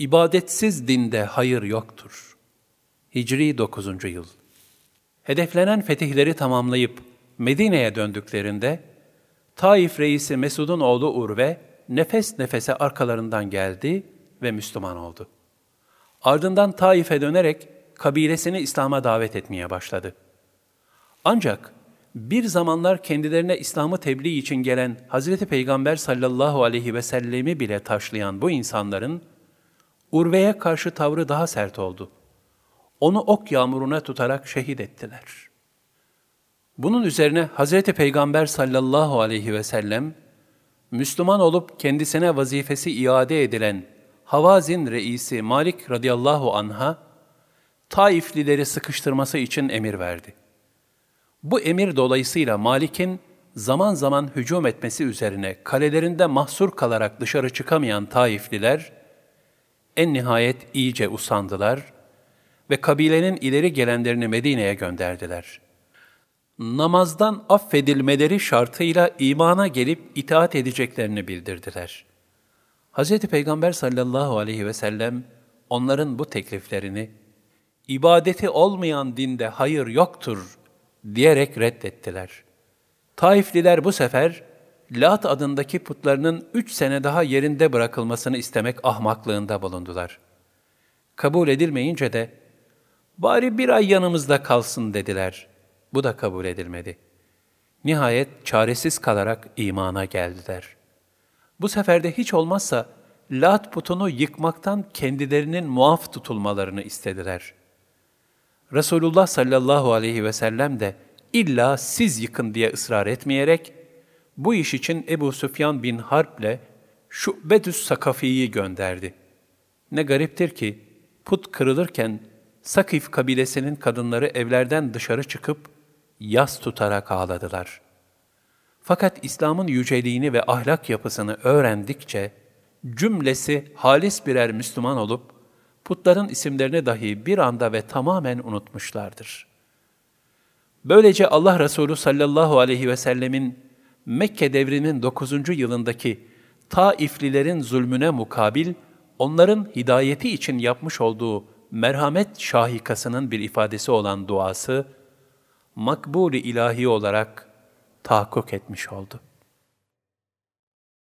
İbadetsiz dinde hayır yoktur. Hicri 9. yıl. Hedeflenen fetihleri tamamlayıp Medine'ye döndüklerinde, Taif reisi Mesud'un oğlu Urve, nefes nefese arkalarından geldi ve Müslüman oldu. Ardından Taif'e dönerek kabilesini İslam'a davet etmeye başladı. Ancak bir zamanlar kendilerine İslam'ı tebliğ için gelen Hazreti Peygamber sallallahu aleyhi ve sellemi bile taşlayan bu insanların, Urve'ye karşı tavrı daha sert oldu. Onu ok yağmuruna tutarak şehit ettiler. Bunun üzerine Hazreti Peygamber sallallahu aleyhi ve sellem, Müslüman olup kendisine vazifesi iade edilen Havazin reisi Malik radıyallahu anh'a, Taiflileri sıkıştırması için emir verdi. Bu emir dolayısıyla Malik'in zaman zaman hücum etmesi üzerine kalelerinde mahsur kalarak dışarı çıkamayan Taifliler, en nihayet iyice usandılar ve kabilenin ileri gelenlerini Medine'ye gönderdiler. Namazdan affedilmeleri şartıyla imana gelip itaat edeceklerini bildirdiler. Hz. Peygamber sallallahu aleyhi ve sellem onların bu tekliflerini, ibadeti olmayan dinde hayır yoktur diyerek reddettiler. Taifliler bu sefer, Lat adındaki putlarının 3 sene daha yerinde bırakılmasını istemek ahmaklığında bulundular. Kabul edilmeyince de, bari bir ay yanımızda kalsın dediler. Bu da kabul edilmedi. Nihayet çaresiz kalarak imana geldiler. Bu sefer de hiç olmazsa Lat putunu yıkmaktan kendilerinin muaf tutulmalarını istediler. Resulullah sallallahu aleyhi ve sellem de illa siz yıkın diye ısrar etmeyerek, bu iş için Ebu Süfyan bin Harp'le Şu'bedüs Sakafi'yi gönderdi. Ne gariptir ki, put kırılırken Sakif kabilesinin kadınları evlerden dışarı çıkıp yas tutarak ağladılar. Fakat İslam'ın yüceliğini ve ahlak yapısını öğrendikçe, cümlesi halis birer Müslüman olup, putların isimlerini dahi bir anda ve tamamen unutmuşlardır. Böylece Allah Resulü sallallahu aleyhi ve sellemin Mekke devrinin 9. yılındaki Taiflilerin zulmüne mukabil, onların hidayeti için yapmış olduğu merhamet şahikasının bir ifadesi olan duası, makbul-i ilahi olarak tahakkuk etmiş oldu.